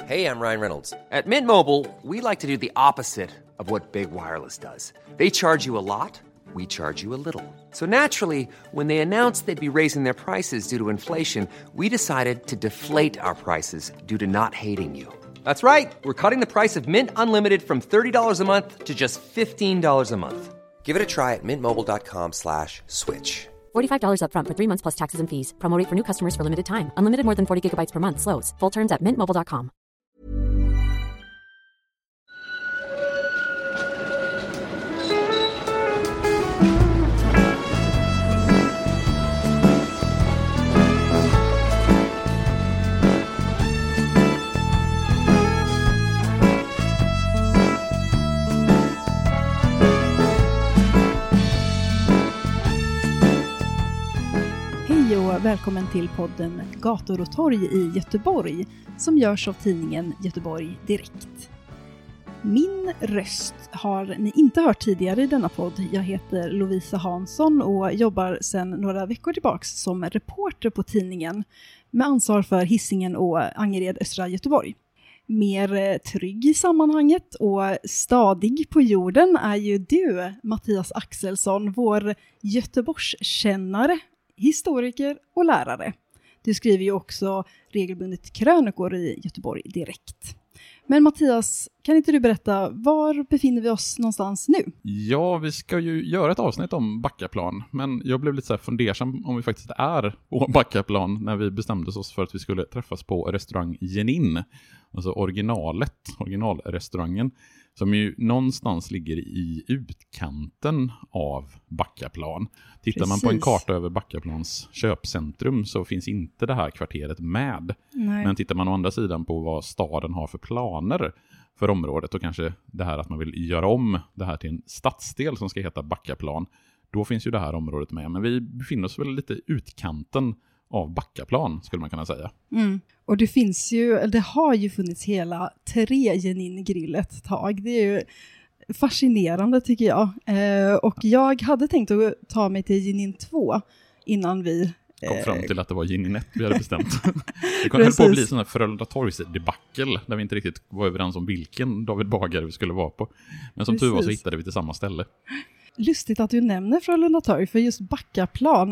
Hey, I'm Ryan Reynolds. At Mint Mobile, we like to do the opposite of what Big Wireless does. They charge you a lot, we charge you a little. So naturally, when they announced they'd be raising their prices due to inflation, we decided to deflate our prices due to not hating you. That's right. We're cutting the price of Mint Unlimited from $30 a month to just $15 a month. Give it a try at mintmobile.com/switch. $45 up front for 3 months plus taxes and fees. Promo rate for new customers for limited time. Unlimited more than 40 gigabytes per month. Slows full terms at mintmobile.com. Hej och välkommen till podden Gator och torg i Göteborg som görs av tidningen Göteborg Direkt. Min röst har ni inte hört tidigare i denna podd. Jag heter Lovisa Hansson och jobbar sedan några veckor tillbaks som reporter på tidningen med ansvar för Hisingen och Angered östra Göteborg. Mer trygg i sammanhanget och stadig på jorden är ju du, Mattias Axelsson, vår Göteborgskännare, historiker och lärare. Du skriver ju också regelbundet krönikor i Göteborg Direkt. Men Mattias, kan inte du berätta, var befinner vi oss någonstans nu? Ja, vi ska ju göra ett avsnitt om Backaplan, men jag blev lite så här fundersam om vi faktiskt är på Backaplan när vi bestämde oss för att vi skulle träffas på restaurang Jenin, alltså originalrestaurangen, som ju någonstans ligger i utkanten av Backaplan. Tittar man på en karta över Backaplans köpcentrum så finns inte det här kvarteret med. Nej. Men tittar man å andra sidan på vad staden har för planer för området och kanske det här att man vill göra om det här till en stadsdel som ska heta Backaplan, då finns ju det här området med. Men vi befinner oss väl lite utkanten av Backaplan skulle man kunna säga. Mm. Och det har ju funnits hela 3 Jenin-grill ett tag. Det är ju fascinerande tycker jag. Och jag hade tänkt att ta mig till Jenin 2 innan vi kom fram till att det var Jenin 1 vi hade bestämt. Det höll på att bli sån här Frölunda Torgs-debacle där vi inte riktigt var överens om vilken David Bagare vi skulle vara på. Men som tur var så hittade vi till samma ställe. Lustigt att du nämner Frölunda Torg, för just Backaplan,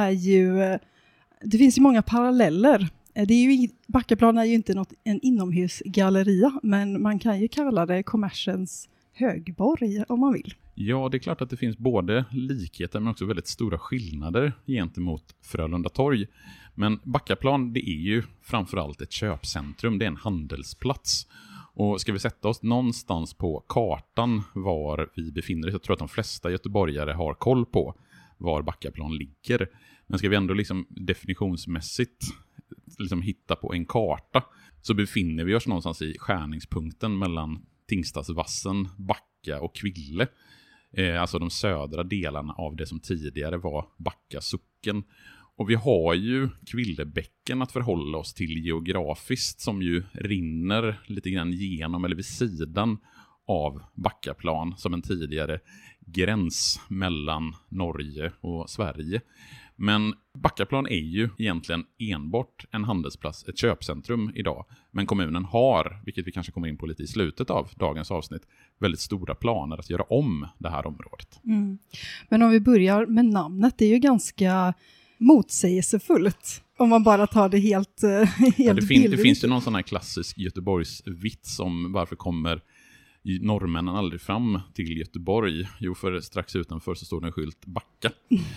det finns ju många paralleller. Backaplan är ju inte en inomhusgalleria, men man kan ju kalla det kommersens högborg om man vill. Ja, det är klart att det finns både likheter men också väldigt stora skillnader gentemot Frölunda Torg. Men Backaplan, det är ju framförallt ett köpcentrum, det är en handelsplats. Och ska vi sätta oss någonstans på kartan var vi befinner oss, jag tror att de flesta göteborgare har koll på var Backaplan ligger. Men ska vi ändå liksom definitionsmässigt liksom hitta på en karta så befinner vi oss någonstans i skärningspunkten mellan Tingstadsvassen, Backa och Kville. Alltså de södra delarna av det som tidigare var Backa socken. Och vi har ju Kvillebäcken att förhålla oss till geografiskt som ju rinner lite grann genom eller vid sidan av Backaplan som en tidigare gräns mellan Norge och Sverige. Men Backaplan är ju egentligen enbart en handelsplats, ett köpcentrum idag. Men kommunen har, vilket vi kanske kommer in på lite i slutet av dagens avsnitt, väldigt stora planer att göra om det här området. Mm. Men om vi börjar med namnet, det är ju ganska motsägelsefullt. Om man bara tar det helt det finns ju någon sån här klassisk Göteborgsvits om varför kommer norrmännen aldrig fram till Göteborg. Jo, för strax utanför så står det en skylt Backa.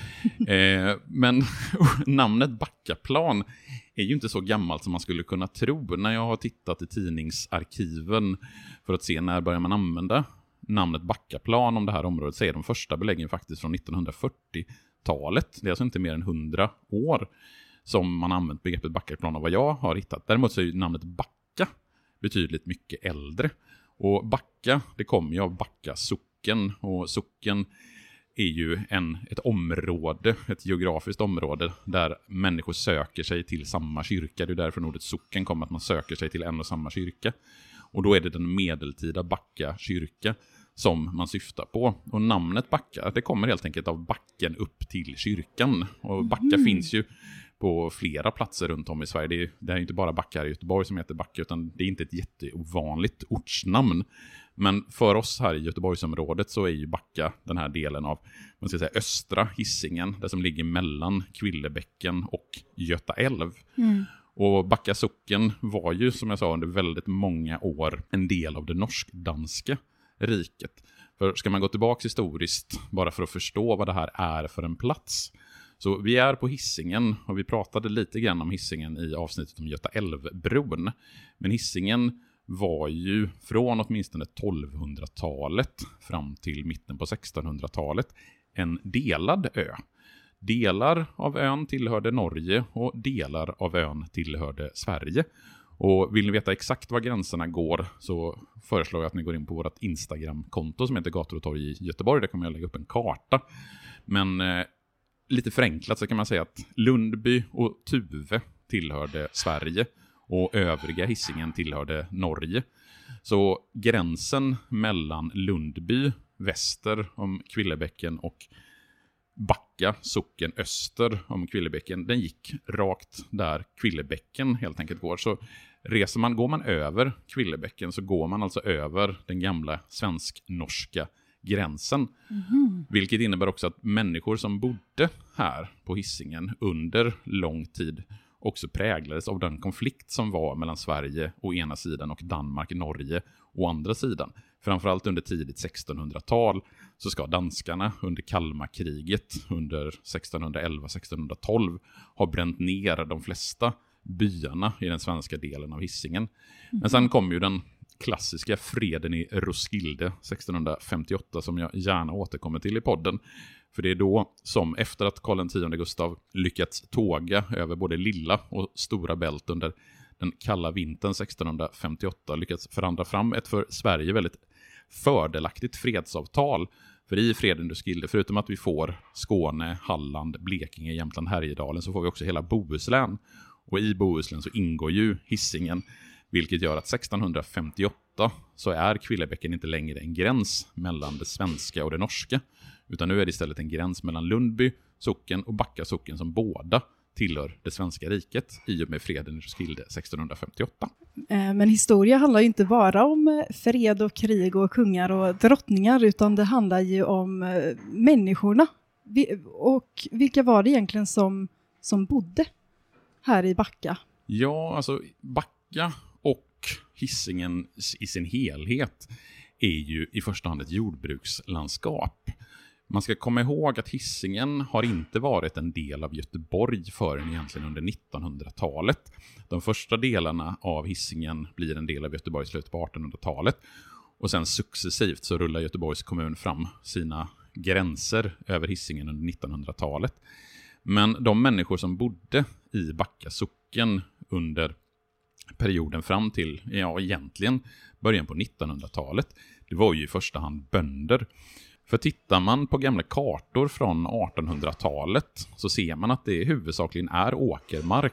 Men namnet Backaplan är ju inte så gammalt som man skulle kunna tro. När jag har tittat i tidningsarkiven för att se när börjar man använda namnet Backaplan om det här området, så är de första beläggen faktiskt från 1940-talet. Det är alltså inte mer än 100 år som man använt begreppet Backaplan av vad jag har hittat. Däremot så är ju namnet Backa betydligt mycket äldre. Och Backa, det kommer ju av Backa socken, och socken är ju ett område, ett geografiskt område där människor söker sig till samma kyrka. Det är därför ordet socken kommer, att man söker sig till en och samma kyrka. Och då är det den medeltida Backa kyrka som man syftar på. Och namnet Backa, det kommer helt enkelt av backen upp till kyrkan. Och Backa finns ju på flera platser runt om i Sverige. Det är inte bara Backa i Göteborg som heter Backa, utan det är inte ett jätteovanligt ortsnamn. Men för oss här i Göteborgsområdet så är ju Backa den här delen av, man ska säga, östra Hisingen, det som ligger mellan Kvillebäcken och Göta älv. Och Backa socken var ju, som jag sa, under väldigt många år en del av det norsk-danska riket. För ska man gå tillbaka historiskt bara för att förstå vad det här är för en plats. Så vi är på Hisingen och vi pratade lite grann om Hisingen i avsnittet om Göta älvbron. Men Hisingen var ju från åtminstone 1200-talet fram till mitten på 1600-talet en delad ö. Delar av ön tillhörde Norge och delar av ön tillhörde Sverige. Och vill ni veta exakt var gränserna går så föreslår jag att ni går in på vårt Instagram-konto som heter Gator och torg i Göteborg. Där kommer jag lägga upp en karta. Men lite förenklat så kan man säga att Lundby och Tuve tillhörde Sverige och övriga Hisingen tillhörde Norge. Så gränsen mellan Lundby, väster om Kvillebäcken, och Backa socken öster om Kvillebäcken, den gick rakt där Kvillebäcken helt enkelt går. Så går man över Kvillebäcken så går man alltså över den gamla svensk-norska gränsen. Vilket innebär också att människor som bodde här på Hisingen under lång tid också präglades av den konflikt som var mellan Sverige å ena sidan och Danmark, Norge å andra sidan. Framförallt under tidigt 1600-tal så ska danskarna under Kalmarkriget under 1611-1612 ha bränt ner de flesta byarna i den svenska delen av Hisingen. Men sen kom ju den klassiska freden i Roskilde 1658 som jag gärna återkommer till i podden. För det är då som efter att Karl X Gustav lyckats tåga över både Lilla och Stora Bält under den kalla vintern 1658 lyckats förhandla fram ett för Sverige väldigt fördelaktigt fredsavtal. För i freden i Roskilde, förutom att vi får Skåne, Halland, Blekinge, Jämtland, Härjedalen, så får vi också hela Bohuslän. Och i Bohuslän så ingår ju Hisingen, vilket gör att 1658 så är Kvillebäcken inte längre en gräns mellan det svenska och det norska. Utan nu är det istället en gräns mellan Lundby socken och Backa socken som båda tillhör det svenska riket i och med freden i Roskilde 1658. Men historia handlar ju inte bara om fred och krig och kungar och drottningar, utan det handlar ju om människorna. Och vilka var det egentligen som bodde här i Backa? Ja, alltså Backa och Hisingen i sin helhet är ju i första hand ett jordbrukslandskap. Man ska komma ihåg att Hisingen har inte varit en del av Göteborg förrän egentligen under 1900-talet. De första delarna av Hisingen blir en del av Göteborg i slutet på 1800-talet. Och sen successivt så rullar Göteborgs kommun fram sina gränser över Hisingen under 1900-talet. Men de människor som bodde i Backa socken under perioden fram till, egentligen början på 1900-talet, det var ju i första hand bönder. För tittar man på gamla kartor från 1800-talet så ser man att det huvudsakligen är åkermark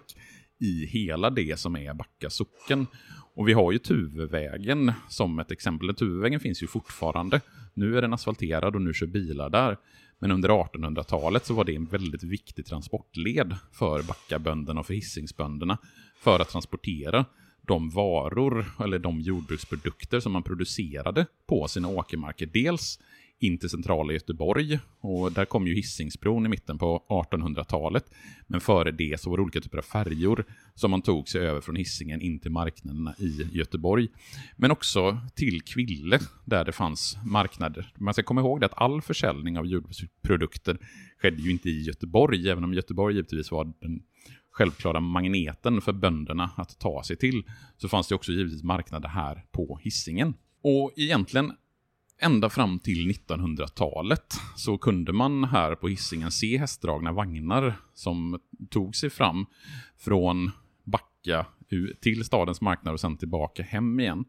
i hela det som är Backa socken. Och vi har ju Tuvevägen som ett exempel. Tuvevägen finns ju fortfarande. Nu är den asfalterad och nu kör bilar där. Men under 1800-talet så var det en väldigt viktig transportled för Backabönderna och för Hisingsbönderna för att transportera de varor eller de jordbruksprodukter som man producerade på sina åkermarker. Dels in till centrala Göteborg, och där kom ju Hisingsbron i mitten på 1800-talet. Men före det så var det olika typer av färjor som man tog sig över från Hisingen in till marknaderna i Göteborg. Men också till Kville där det fanns marknader. Man ska komma ihåg att all försäljning av jordbruksprodukter skedde ju inte i Göteborg, även om Göteborg givetvis var den självklara magneten för bönderna att ta sig till, så fanns det också givetvis marknader här på Hisingen. Och egentligen ända fram till 1900-talet så kunde man här på Hisingen se hästdragna vagnar som tog sig fram från Backa till stadens marknad och sen tillbaka hem igen.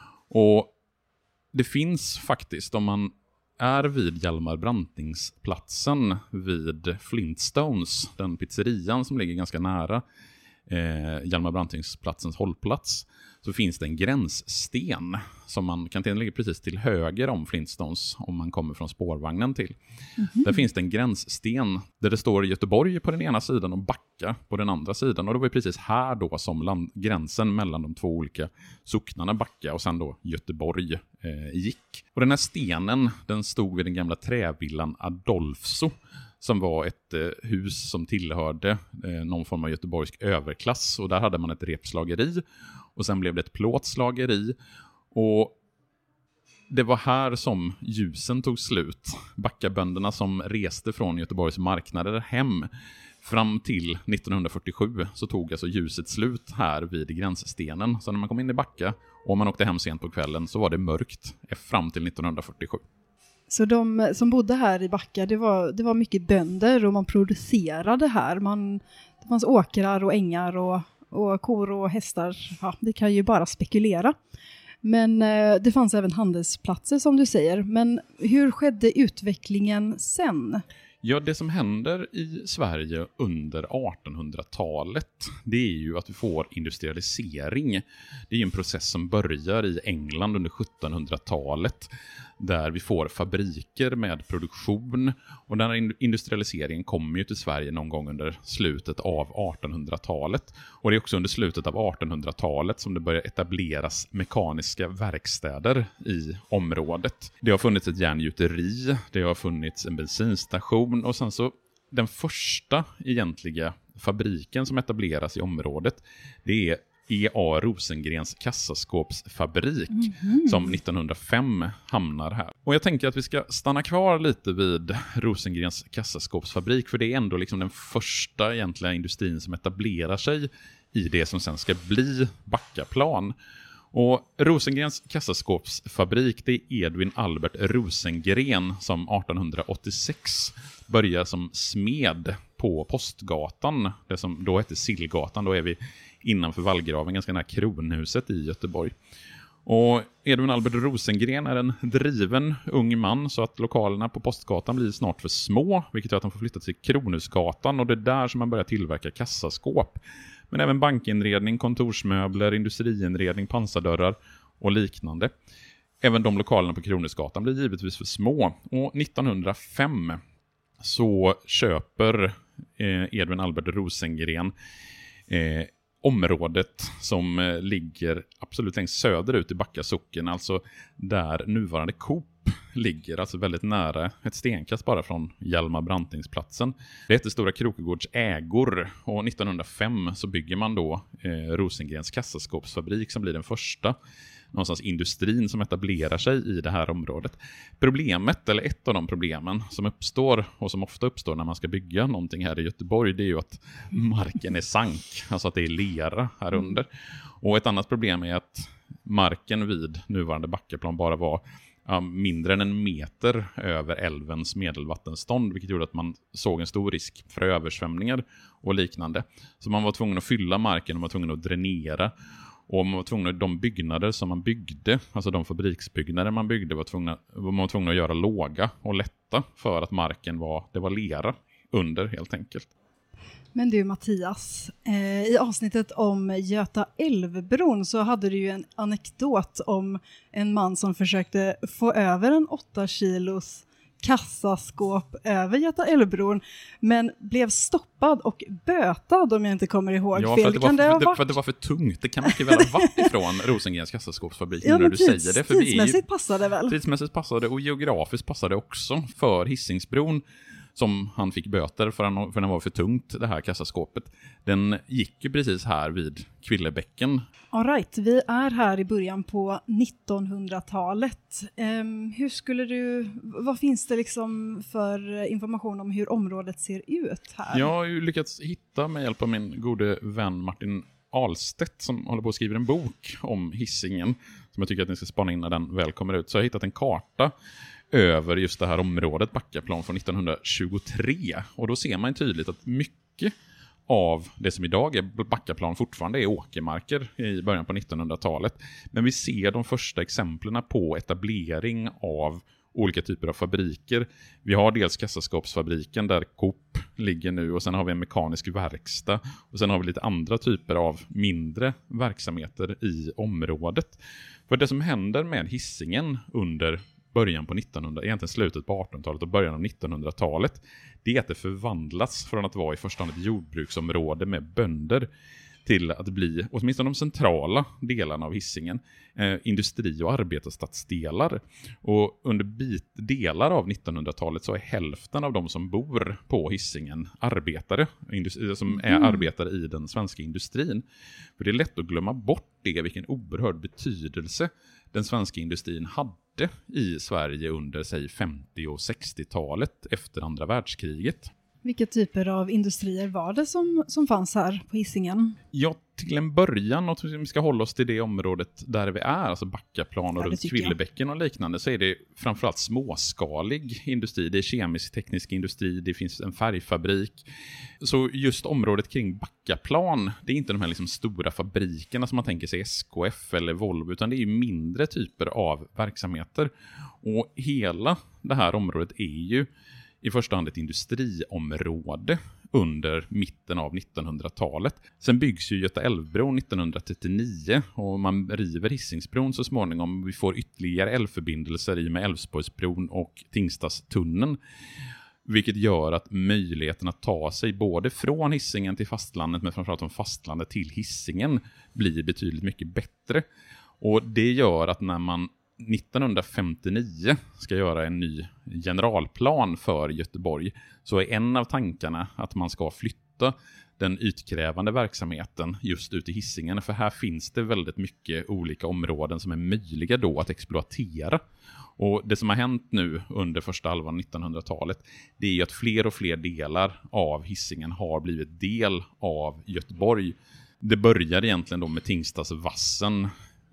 Och det finns faktiskt, om man är vid Hjalmar Brantingsplatsen vid Flintstones, den pizzerian som ligger ganska nära Hjalmar Brantingsplatsens hållplats, så finns det en gränssten som man kan ligga precis till höger om Flintstones om man kommer från spårvagnen till. Där finns det en gränssten där det står Göteborg på den ena sidan och Backa på den andra sidan. Och det var precis här då som gränsen mellan de två olika socknarna Backa och sen då Göteborg gick. Och den här stenen, den stod vid den gamla trävillan Adolfso, som var ett hus som tillhörde någon form av göteborgsk överklass. Och där hade man ett repslageri och sen blev det ett plåtslageri. Och det var här som ljusen tog slut. Backabönderna som reste från Göteborgs marknader hem fram till 1947 så tog alltså ljuset slut här vid gränsstenen. Så när man kom in i Backa och man åkte hem sent på kvällen så var det mörkt fram till 1947. Så de som bodde här i Backa, det var mycket bönder och man producerade här. Det fanns åkrar och ängar och kor och hästar. Ja, det kan ju bara spekulera. Men det fanns även handelsplatser som du säger. Men hur skedde utvecklingen sen? Ja, det som händer i Sverige under 1800-talet, det är ju att vi får industrialisering. Det är ju en process som börjar i England under 1700-talet, där vi får fabriker med produktion. Och den här industrialiseringen kommer ju till Sverige någon gång under slutet av 1800-talet. Och det är också under slutet av 1800-talet som det börjar etableras mekaniska verkstäder i området. Det har funnits ett järngjuteri, det har funnits en bensinstation och sen så den första egentliga fabriken som etableras i området, det är E.A. Rosengrens kassaskåpsfabrik som 1905 hamnar här. Och jag tänker att vi ska stanna kvar lite vid Rosengrens kassaskåpsfabrik, för det är ändå liksom den första egentliga industrin som etablerar sig i det som sen ska bli Backaplan. Och Rosengrens kassaskåpsfabrik, det är Edvin Albert Rosengren som 1886 börjar som smed på Postgatan, det som då hette Sillgatan. Då är vi innanför Vallgraven, ganska nära Kronhuset i Göteborg. Och Edvin Albert Rosengren är en driven ung man, så att lokalerna på Postgatan blir snart för små, vilket gör att de får flytta till Kronhusgatan, och det är där som man börjar tillverka kassaskåp. Men även bankinredning, kontorsmöbler, industriinredning, pansardörrar och liknande. Även de lokalerna på Kronhusgatan blir givetvis för små. Och 1905 så köper Edvin Albert Rosengren området som ligger absolut längst söderut i Backa socken, alltså där nuvarande Coop ligger, alltså väldigt nära, ett stenkast bara från Hjalmar Brantingsplatsen. Det heter Stora Krokegårds ägor, och 1905 så bygger man då Rosengrens kassaskåpsfabrik som blir den första någonstans industrin som etablerar sig i det här området. Problemet, eller ett av de problemen som uppstår och som ofta uppstår när man ska bygga någonting här i Göteborg, det är ju att marken är sank, alltså att det är lera här under. Och ett annat problem är att marken vid nuvarande Backaplan bara var mindre än en meter över älvens medelvattenstånd, vilket gjorde att man såg en stor risk för översvämningar och liknande. Så man var tvungen att fylla marken och man var tvungen att dränera. Och man var tvungen, de byggnader som man byggde, alltså de fabriksbyggnader man byggde, man var tvungen att göra låga och lätta för att marken var lera under helt enkelt. Men du Mattias, i avsnittet om Göta älvbron så hade du ju en anekdot om en man som försökte få över en 8 kilos kassaskåp över Göta älvbron, men blev stoppad och bötad, om jag inte kommer ihåg fel. För att det var för tungt. Det kan mycket väl ha varit ifrån Rosengrens kassaskåpsfabrik när du säger det. För tidsmässigt passade det väl? Tidsmässigt passade och geografiskt passade också, för Hisingsbron som han fick böter för den var för tungt, det här kassaskåpet. Den gick ju precis här vid Kvillebäcken. All right, vi är här i början på 1900-talet. Vad finns det liksom för information om hur området ser ut här? Jag har ju lyckats hitta med hjälp av min gode vän Martin Ahlstedt som håller på att skriva en bok om Hisingen som jag tycker att ni ska spana in när den väl kommer ut. Så jag har hittat en karta över just det här området Backaplan från 1923. Och då ser man tydligt att mycket av det som idag är Backaplan fortfarande är åkermarker i början på 1900-talet. Men vi ser de första exemplen på etablering av olika typer av fabriker. Vi har dels kassaskåpsfabriken där Coop ligger nu, och sen har vi en mekanisk verkstad, och sen har vi lite andra typer av mindre verksamheter i området. För det som händer med Hisingen under början på egentligen slutet på 1800-talet och början av 1900-talet, det är att det förvandlas från att vara i första hand ett jordbruksområde med bönder till att bli, åtminstone de centrala delarna av Hisingen, industri- och arbetarstadsdelar. Och under delar av 1900-talet så är hälften av de som bor på Hisingen arbetare, som är arbetare i den svenska industrin. För det är lätt att glömma bort det, vilken oerhörd betydelse den svenska industrin hade i Sverige under, säg, 50- och 60-talet efter andra världskriget. Vilka typer av industrier var det som fanns här på Hisingen? Ja, till en början, och vi ska hålla oss till det området där vi är, alltså Backaplan och runt Kvillebäcken och liknande, så är det framförallt småskalig industri. Det är kemisk-teknisk industri, det finns en färgfabrik. Så just området kring Backaplan, det är inte de här liksom stora fabrikerna som man tänker sig SKF eller Volvo, utan det är mindre typer av verksamheter. Och hela det här området är ju i första hand ett industriområde under mitten av 1900-talet. Sen byggs ju Göta älvbron 1939 och man river Hisingsbron så småningom. Vi får ytterligare älvförbindelser i med Älvsborgsbron och Tingstadstunneln. Vilket gör att möjligheten att ta sig både från Hisingen till fastlandet, men framförallt från fastlandet till Hisingen, blir betydligt mycket bättre. Och det gör att när man 1959 ska göra en ny generalplan för Göteborg, så är en av tankarna att man ska flytta den ytkrävande verksamheten just ut i Hisingen, för här finns det väldigt mycket olika områden som är möjliga då att exploatera. Och det som har hänt nu under första halvan 1900-talet, det är ju att fler och fler delar av Hisingen har blivit del av Göteborg. Det börjar egentligen då med Tingstadsvassen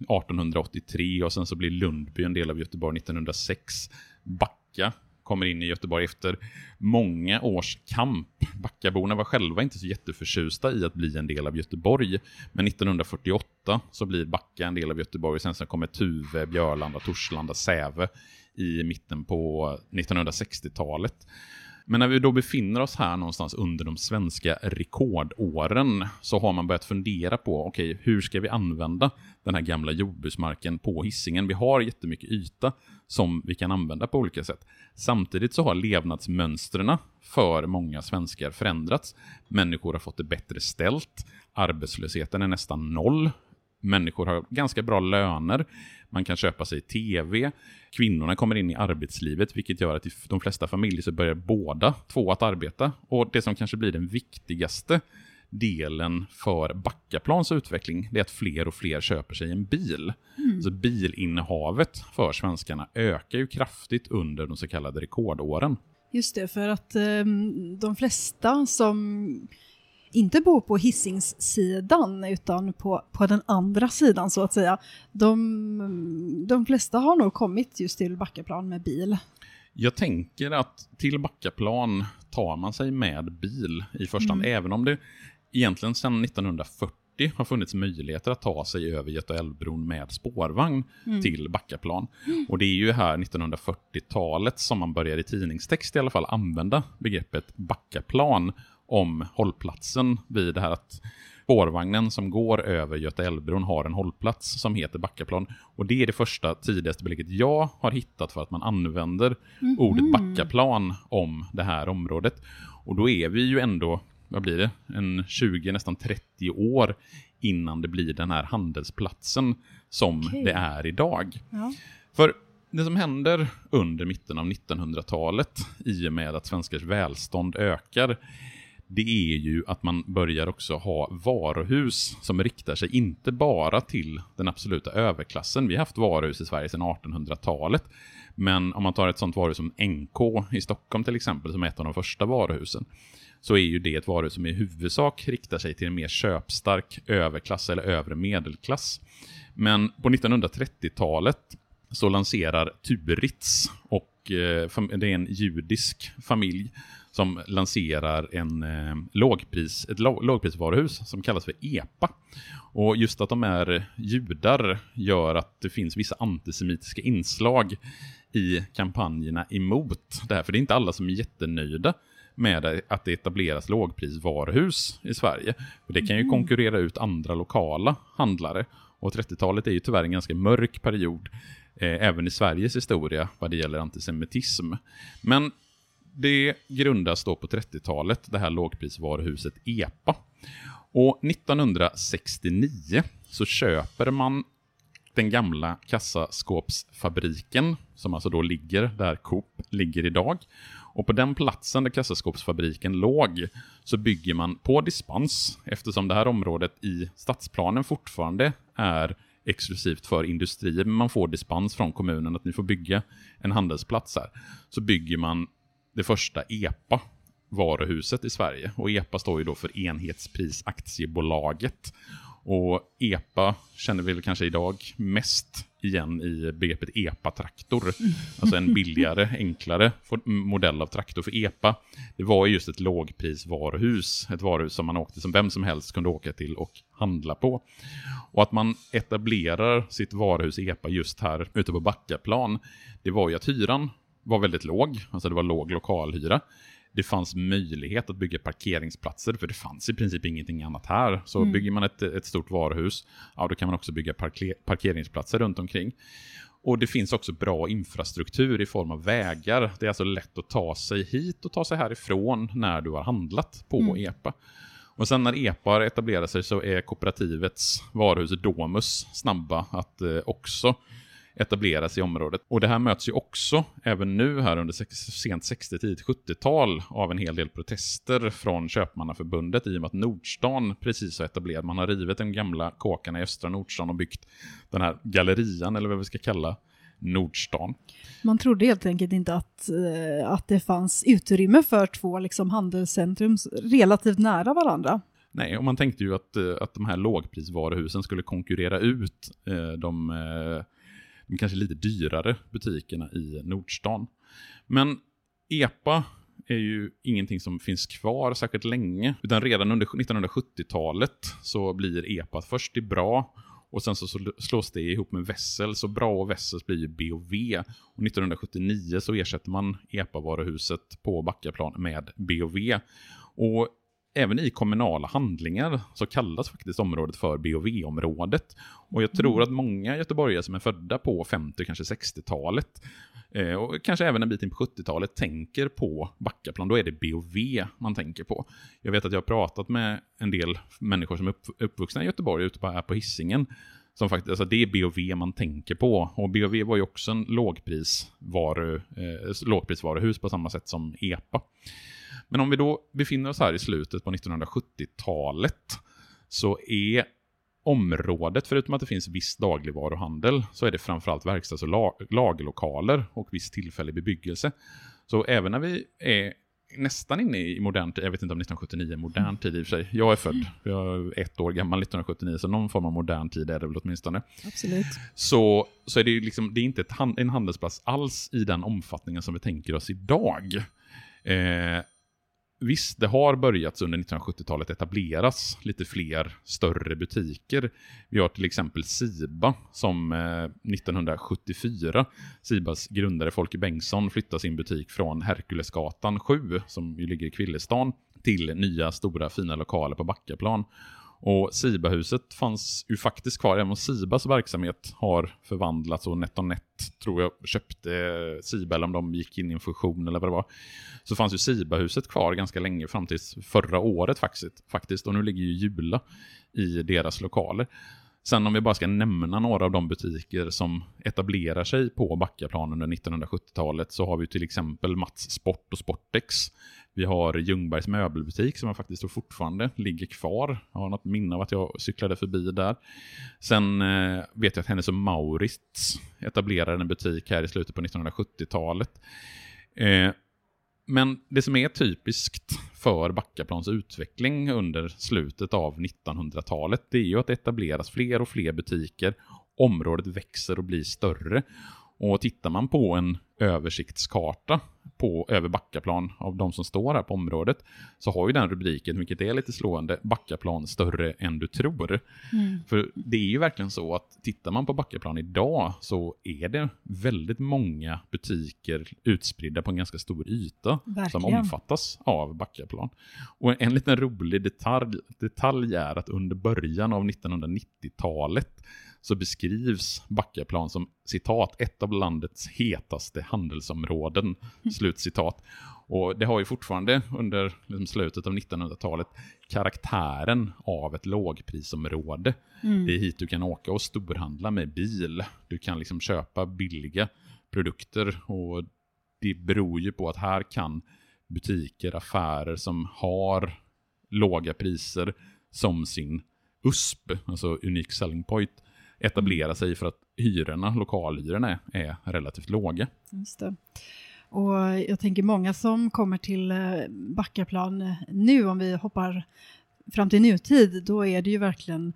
1883, och sen så blir Lundby en del av Göteborg 1906. Backa kommer in i Göteborg efter många års kamp. Backaborna var själva inte så jätteförtjusta i att bli en del av Göteborg, men 1948 så blir Backa en del av Göteborg. Sen så kommer Tuve, Björlanda, Torslanda, Säve i mitten på 1960-talet. Men när vi då befinner oss här någonstans under de svenska rekordåren, så har man börjat fundera på, okej, hur ska vi använda den här gamla jordbruksmarken på Hisingen? Vi har jättemycket yta som vi kan använda på olika sätt. Samtidigt så har levnadsmönstren för många svenskar förändrats. Människor har fått det bättre ställt. Arbetslösheten är nästan 0. Människor har ganska bra löner. Man kan köpa sig tv. Kvinnorna kommer in i arbetslivet, vilket gör att i de flesta familjer så börjar båda två att arbeta. Och det som kanske blir den viktigaste delen för Backaplans utveckling, det är att fler och fler köper sig en bil. Så bilinnehavet för svenskarna ökar ju kraftigt under de så kallade rekordåren. Just det, för att de flesta som inte bor på Hisingssidan utan på den andra sidan så att säga, de flesta har nog kommit just till Backaplan med bil. Jag tänker att till Backaplan tar man sig med bil i första hand, även om det egentligen sedan 1940 har funnits möjligheter att ta sig över Göta älvbron med spårvagn till Backaplan. Och det är ju här 1940-talet som man börjar i tidningstext i alla fall använda begreppet Backaplan om hållplatsen vid det här att spårvagnen som går över Göta älvbron har en hållplats som heter Backaplan. Och det är det första tidigaste belägget jag har hittat för att man använder ordet Backaplan om det här området. Och då är vi ju ändå, vad blir det? En 20, nästan 30 år innan det blir den här handelsplatsen som det är idag. Ja. För det som händer under mitten av 1900-talet i och med att svenskars välstånd ökar, det är ju att man börjar också ha varuhus som riktar sig inte bara till den absoluta överklassen. Vi har haft varuhus i Sverige sedan 1800-talet. Men om man tar ett sånt varuhus som NK i Stockholm till exempel, som är ett av de första varuhusen, så är ju det ett varuhus som i huvudsak riktar sig till en mer köpstark överklass eller övre medelklass. Men på 1930-talet så lanserar Turitz, och det är en judisk familj som lanserar ett lågprisvaruhus som kallas för EPA. Och just att de är judar gör att det finns vissa antisemitiska inslag i kampanjerna emot det här. För det är inte alla som är jättenöjda med att det etableras lågprisvaruhus i Sverige. För det kan ju konkurrera ut andra lokala handlare. Och 30-talet är ju tyvärr en ganska mörk period även i Sveriges historia vad det gäller antisemitism. Men det grundas då på 30-talet, det här lågprisvaruhuset EPA. Och 1969 så köper man den gamla kassaskåpsfabriken som alltså då ligger där Coop ligger idag. Och på den platsen där kassaskåpsfabriken låg så bygger man på dispens, eftersom det här området i stadsplanen fortfarande är exklusivt för industrier, men man får dispens från kommunen att ni får bygga en handelsplats här. Så bygger man det första EPA-varuhuset i Sverige. Och EPA står ju då för Enhetsprisaktiebolaget. Och EPA känner vi kanske idag mest igen i begreppet EPA-traktor. Alltså en billigare, enklare modell av traktor. För EPA, det var ju just ett lågprisvaruhus. Ett varuhus som man åkte, som vem som helst kunde åka till och handla på. Och att man etablerar sitt varuhus EPA just här ute på Backaplan, det var ju att hyran var väldigt låg. Alltså det var låg lokalhyra. Det fanns möjlighet att bygga parkeringsplatser, för det fanns i princip ingenting annat här. Så bygger man ett stort varuhus, ja, då kan man också bygga parkeringsplatser runt omkring. Och det finns också bra infrastruktur i form av vägar. Det är alltså lätt att ta sig hit och ta sig härifrån när du har handlat på EPA. Och sen när EPA etablerar sig så är kooperativets varuhus Domus snabba att också etableras i området. Och det här möts ju också även nu här under sent 60-, 70-tal av en hel del protester från Köpmannaförbundet i och med att Nordstan precis har etablerat. Man har rivit de gamla kåkarna i östra Nordstan och byggt den här gallerian, eller vad vi ska kalla Nordstan. Man trodde helt enkelt inte att det fanns utrymme för två liksom handelscentrum relativt nära varandra. Nej, och man tänkte ju att de här lågprisvaruhusen skulle konkurrera ut de kanske lite dyrare butikerna i Nordstan. Men EPA är ju ingenting som finns kvar särskilt länge. Utan redan under 1970-talet så blir EPA först i Bra och sen så slås det ihop med Wessel. Så Bra och Wessels blir ju B&W. Och 1979 så ersätter man EPA-varuhuset på Backaplan med B&W. Och även i kommunala handlingar så kallas faktiskt området för B&W-området. Och jag tror att många göteborgare som är födda på 50-, kanske 60-talet och kanske även en bit in på 70-talet tänker på Backaplan. Då är det B&W man tänker på. Jag vet att jag har pratat med en del människor som är uppvuxna i Göteborg ute på Hisingen. Som faktiskt, alltså det är B&W man tänker på. Och B&W var ju också en lågprisvaruhus på samma sätt som EPA. Men om vi då befinner oss här i slutet på 1970-talet så är området, förutom att det finns viss dagligvaruhandel, så är det framförallt verkstads- och lagerlokaler och viss tillfällig bebyggelse. Så även när vi är nästan inne i modern tid, jag vet inte om 1979 är modern tid i och för sig. Jag är född, jag är 1 år gammal 1979, så någon form av modern tid är det väl åtminstone. Absolut. Så är det ju liksom, det är inte en handelsplats alls i den omfattningen som vi tänker oss idag. Visst, det har börjat under 1970-talet etableras lite fler större butiker. Vi har till exempel Siba som 1974, Sibas grundare Folke Bengtsson flyttade sin butik från Herkulesgatan 7 som ju ligger i Kvillestan till nya stora fina lokaler på Backaplan. Och Sibahuset fanns ju faktiskt kvar, även om Sibas verksamhet har förvandlats och NetOnNet tror jag köpte Siba, eller om de gick in i en fusion eller vad det var. Så fanns ju Sibahuset kvar ganska länge, fram till förra året faktiskt. Och nu ligger ju Jula i deras lokaler. Sen om vi bara ska nämna några av de butiker som etablerar sig på Backaplan under 1970-talet så har vi till exempel Mats Sport och Sportex. Vi har Ljungbergs möbelbutik som faktiskt fortfarande ligger kvar. Jag har något minne av att jag cyklade förbi där. Sen vet jag att Hennes & Mauritz etablerade en butik här i slutet på 1970-talet. Men det som är typiskt för Backaplans utveckling under slutet av 1900-talet, det är ju att det etableras fler och fler butiker. Området växer och blir större. Och tittar man på en översiktskarta över Backaplan av de som står här på området, så har ju den rubriken, vilket är lite slående, Backaplan större än du tror. För det är ju verkligen så att tittar man på Backaplan idag så är det väldigt många butiker utspridda på en ganska stor yta som omfattas av Backaplan. Och en liten rolig detalj är att under början av 1990-talet så beskrivs Backaplan som, citat, ett av landets hetaste handelsområden, slutcitat. Och det har ju fortfarande under liksom slutet av 1900-talet karaktären av ett lågprisområde. Det är hit du kan åka och storhandla med bil. Du kan liksom köpa billiga produkter, och det beror ju på att här kan butiker, affärer som har låga priser som sin USP, alltså Unique Selling Point, etablera sig, för att lokalhyrorna är relativt låga. Just det. Och jag tänker många som kommer till Backaplan nu, om vi hoppar fram till nutid, då är det ju verkligen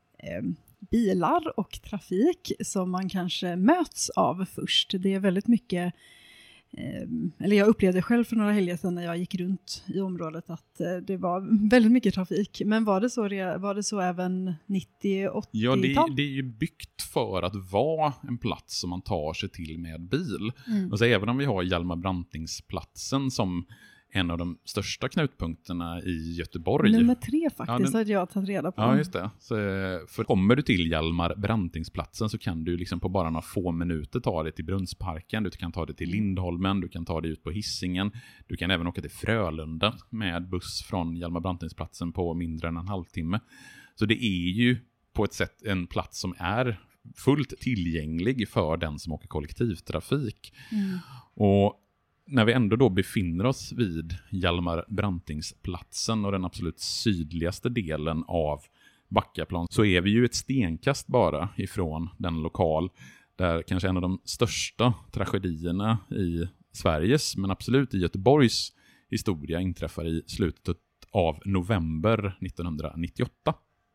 bilar och trafik som man kanske möts av först. Det är väldigt mycket, eller jag upplevde själv för några helger sedan när jag gick runt i området att det var väldigt mycket trafik. Men var det så även 90-80-tal? Ja, det är ju byggt för att vara en plats som man tar sig till med bil. Och så även om vi har Hjalmar Brantingsplatsen som en av de största knutpunkterna i Göteborg. Nummer 3 faktiskt hade jag tagit reda på. Ja, just det. Så, för kommer du till Hjalmar Brantingsplatsen så kan du liksom på bara några få minuter ta dig till Brunnsparken. Du kan ta dig till Lindholmen, du kan ta dig ut på Hisingen. Du kan även åka till Frölunda med buss från Hjalmar Brantingsplatsen på mindre än en halvtimme. Så det är ju på ett sätt en plats som är fullt tillgänglig för den som åker kollektivtrafik. Och när vi ändå då befinner oss vid Hjalmar Brantingsplatsen och den absolut sydligaste delen av Backaplan, så är vi ju ett stenkast bara ifrån den lokal där kanske en av de största tragedierna i Sveriges, men absolut i Göteborgs historia, inträffar i slutet av november 1998.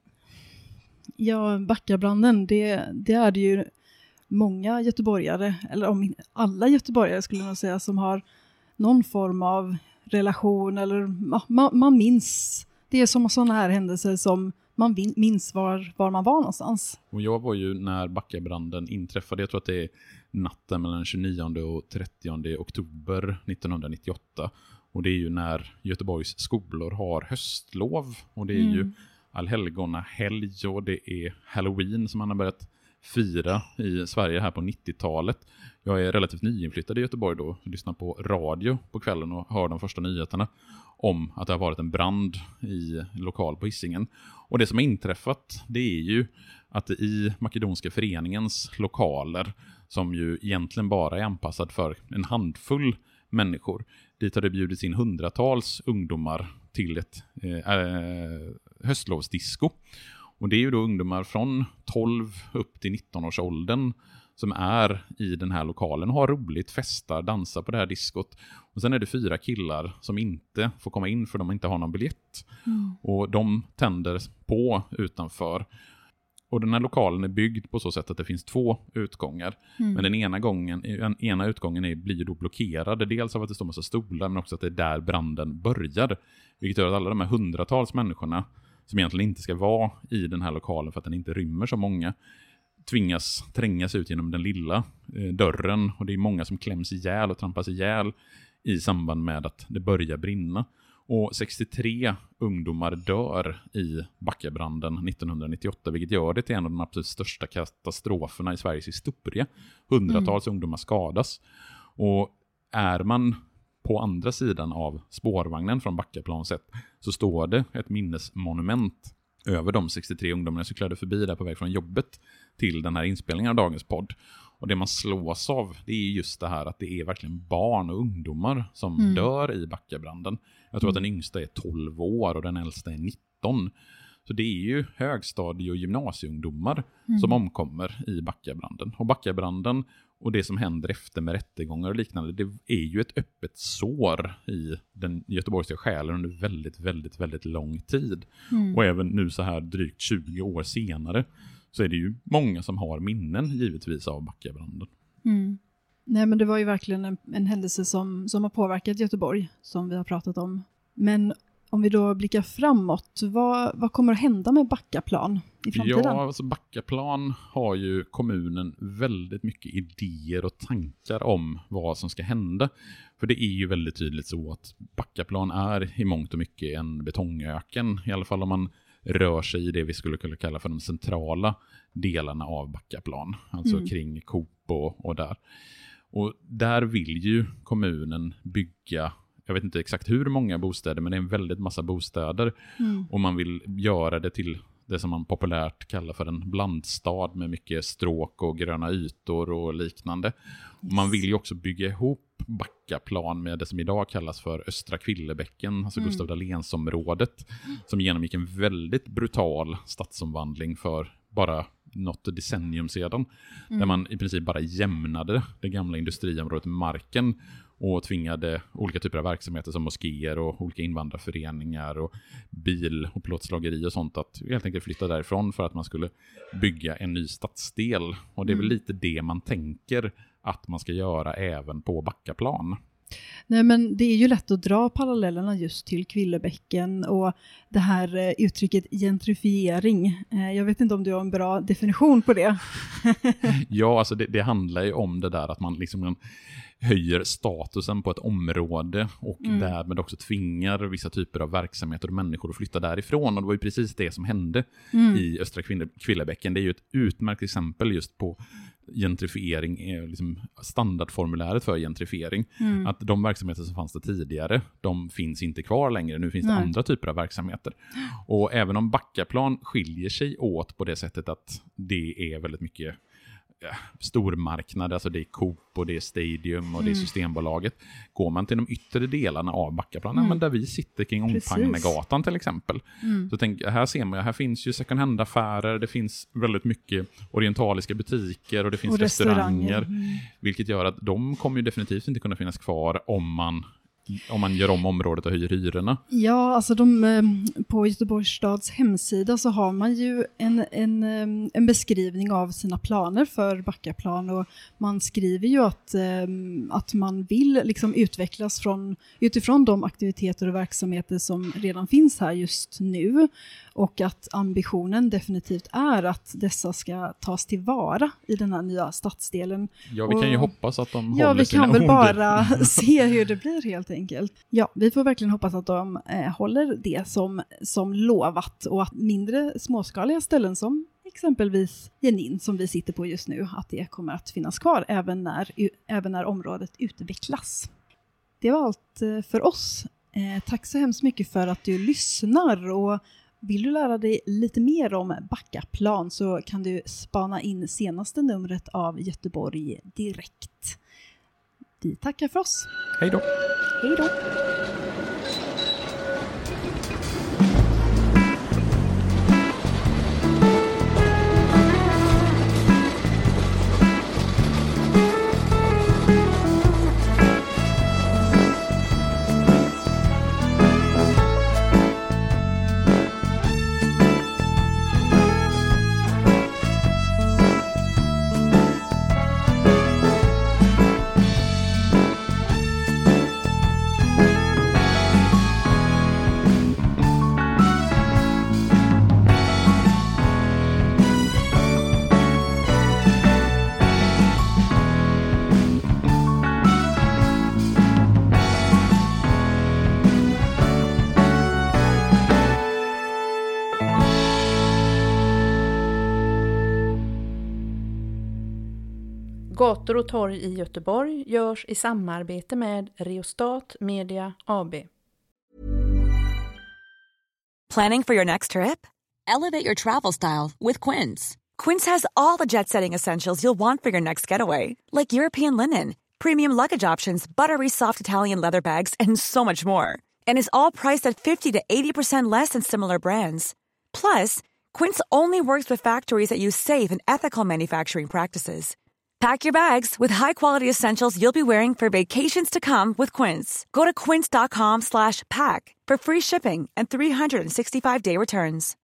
Ja, Backabranden, det är det ju många göteborgare, eller om alla göteborgare skulle man säga, som har någon form av relation, eller man minns. Det är som sådana här händelser som man minns var man var någonstans. Och jag var ju när Backabranden inträffade, jag tror att det är natten mellan 29 och 30 oktober 1998. Och det är ju när Göteborgs skolor har höstlov, och det är ju allhelgona helg, och det är Halloween som man har börjat fira i Sverige här på 90-talet. Jag är relativt nyinflyttad i Göteborg då, lyssnar på radio på kvällen och hör de första nyheterna om att det har varit en brand i lokal på Hisingen. Och det som har inträffat, det är ju att i Makedonska föreningens lokaler, som ju egentligen bara är anpassad för en handfull människor, dit har det bjudits in hundratals ungdomar till ett höstlovsdisco. Och det är ju då ungdomar från 12 upp till 19 års åldern som är i den här lokalen och har roligt, festar, dansar på det här diskot. Och sen är det 4 killar som inte får komma in för de inte har någon biljett. Och de tänder på utanför. Och den här lokalen är byggd på så sätt att det finns 2 utgångar. Men den ena utgången blir då blockerad. Dels av att det står massa stolar, men också att det är där branden börjar. Vilket gör att alla de här hundratals människorna som egentligen inte ska vara i den här lokalen för att den inte rymmer så många, tvingas trängas ut genom den lilla dörren. Och det är många som kläms ihjäl och trampas ihjäl i samband med att det börjar brinna. Och 63 ungdomar dör i Backabranden 1998, vilket gör det till en av de absolut största katastroferna i Sveriges historia. Hundratals ungdomar skadas. Och är man på andra sidan av spårvagnen från Backaplan sett, så står det ett minnesmonument över de 63 ungdomarna som klädde förbi där på väg från jobbet till den här inspelningen av dagens podd. Och det man slås av, det är just det här att det är verkligen barn och ungdomar som dör i Backabranden. Jag tror att den yngsta är 12 år och den äldsta är 19. Så det är ju högstadie- och gymnasieungdomar som omkommer i Backabranden. Och Backabranden och det som händer efter med rättegångar och liknande, det är ju ett öppet sår i den göteborgska själen under väldigt, väldigt, väldigt lång tid. Och även nu så här drygt 20 år senare så är det ju många som har minnen givetvis av Backabranden. Mm. Nej, men det var ju verkligen en händelse som har påverkat Göteborg, som vi har pratat om. Men om vi då blickar framåt, vad kommer att hända med Backaplan i framtiden? Ja, alltså Backaplan har ju kommunen väldigt mycket idéer och tankar om vad som ska hända. För det är ju väldigt tydligt så att Backaplan är i mångt och mycket en betongöken. I alla fall om man rör sig i det vi skulle kunna kalla för de centrala delarna av Backaplan. Alltså kring Coop och där. Och där vill ju kommunen bygga, jag vet inte exakt hur många bostäder, men det är en väldigt massa bostäder. Och man vill göra det till det som man populärt kallar för en blandstad med mycket stråk och gröna ytor och liknande. Och man vill ju också bygga ihop Backaplan med det som idag kallas för Östra Kvillebäcken, alltså Gustav Dahlénsområdet, som genomgick en väldigt brutal stadsomvandling för bara något decennium sedan. Där man i princip bara jämnade det gamla industriområdet med marken och tvingade olika typer av verksamheter som moskéer och olika invandrarföreningar och bil- och plåtslageri och sånt att helt enkelt flytta därifrån för att man skulle bygga en ny stadsdel. Och det är väl lite det man tänker att man ska göra även på Backaplan. Nej, men det är ju lätt att dra parallellerna just till Kvillebäcken och det här uttrycket gentrifiering. Jag vet inte om du har en bra definition på det. Ja, alltså det handlar ju om det där att man liksom höjer statusen på ett område och därmed också tvingar vissa typer av verksamheter och människor att flytta därifrån. Och det var ju precis det som hände i Östra Kvillebäcken. Det är ju ett utmärkt exempel just på gentrifiering, är liksom standardformuläret för gentrifiering. Att de verksamheter som fanns där tidigare, de finns inte kvar längre. Nu finns det andra typer av verksamheter. Och även om Backaplan skiljer sig åt på det sättet att det är väldigt mycket stormarknader, alltså det är Coop och det är Stadium och det är Systembolaget. Går man till de yttre delarna av Backaplan, men där vi sitter kring Ångpagnegatan till exempel, så här ser man, här finns ju second hand-affärer, det finns väldigt mycket orientaliska butiker och det finns restauranger. Vilket gör att de kommer ju definitivt inte kunna finnas kvar om man gör om området och höjer hyrorna. Ja, alltså på Göteborgs stads hemsida så har man ju en beskrivning av sina planer för Backaplan och man skriver ju att man vill liksom utvecklas utifrån de aktiviteter och verksamheter som redan finns här just nu och att ambitionen definitivt är att dessa ska tas tillvara i den här nya stadsdelen. Ja, vi kan ju hoppas att de håller sina ord. Ja, vi kan väl bara se hur det blir helt enkelt. Ja, vi får verkligen hoppas att de håller det som lovat och att mindre småskaliga ställen som exempelvis Jenin som vi sitter på just nu, att det kommer att finnas kvar även när området utvecklas. Det var allt för oss. Tack så hemskt mycket för att du lyssnar och vill du lära dig lite mer om Backaplan så kan du spana in senaste numret av Göteborg Direkt. Vi tackar för oss. Hej då. Hej då. Gator och torg i Göteborg görs i samarbete med Reostat Media AB. Planning for your next trip? Elevate your travel style with Quince. Quince has all the jet-setting essentials you'll want for your next getaway, like European linen, premium luggage options, buttery soft Italian leather bags, and so much more. And is all priced at 50 to 80% less than similar brands. Plus, Quince only works with factories that use safe and ethical manufacturing practices. Pack your bags with high-quality essentials you'll be wearing for vacations to come with Quince. Go to quince.com/pack for free shipping and 365-day returns.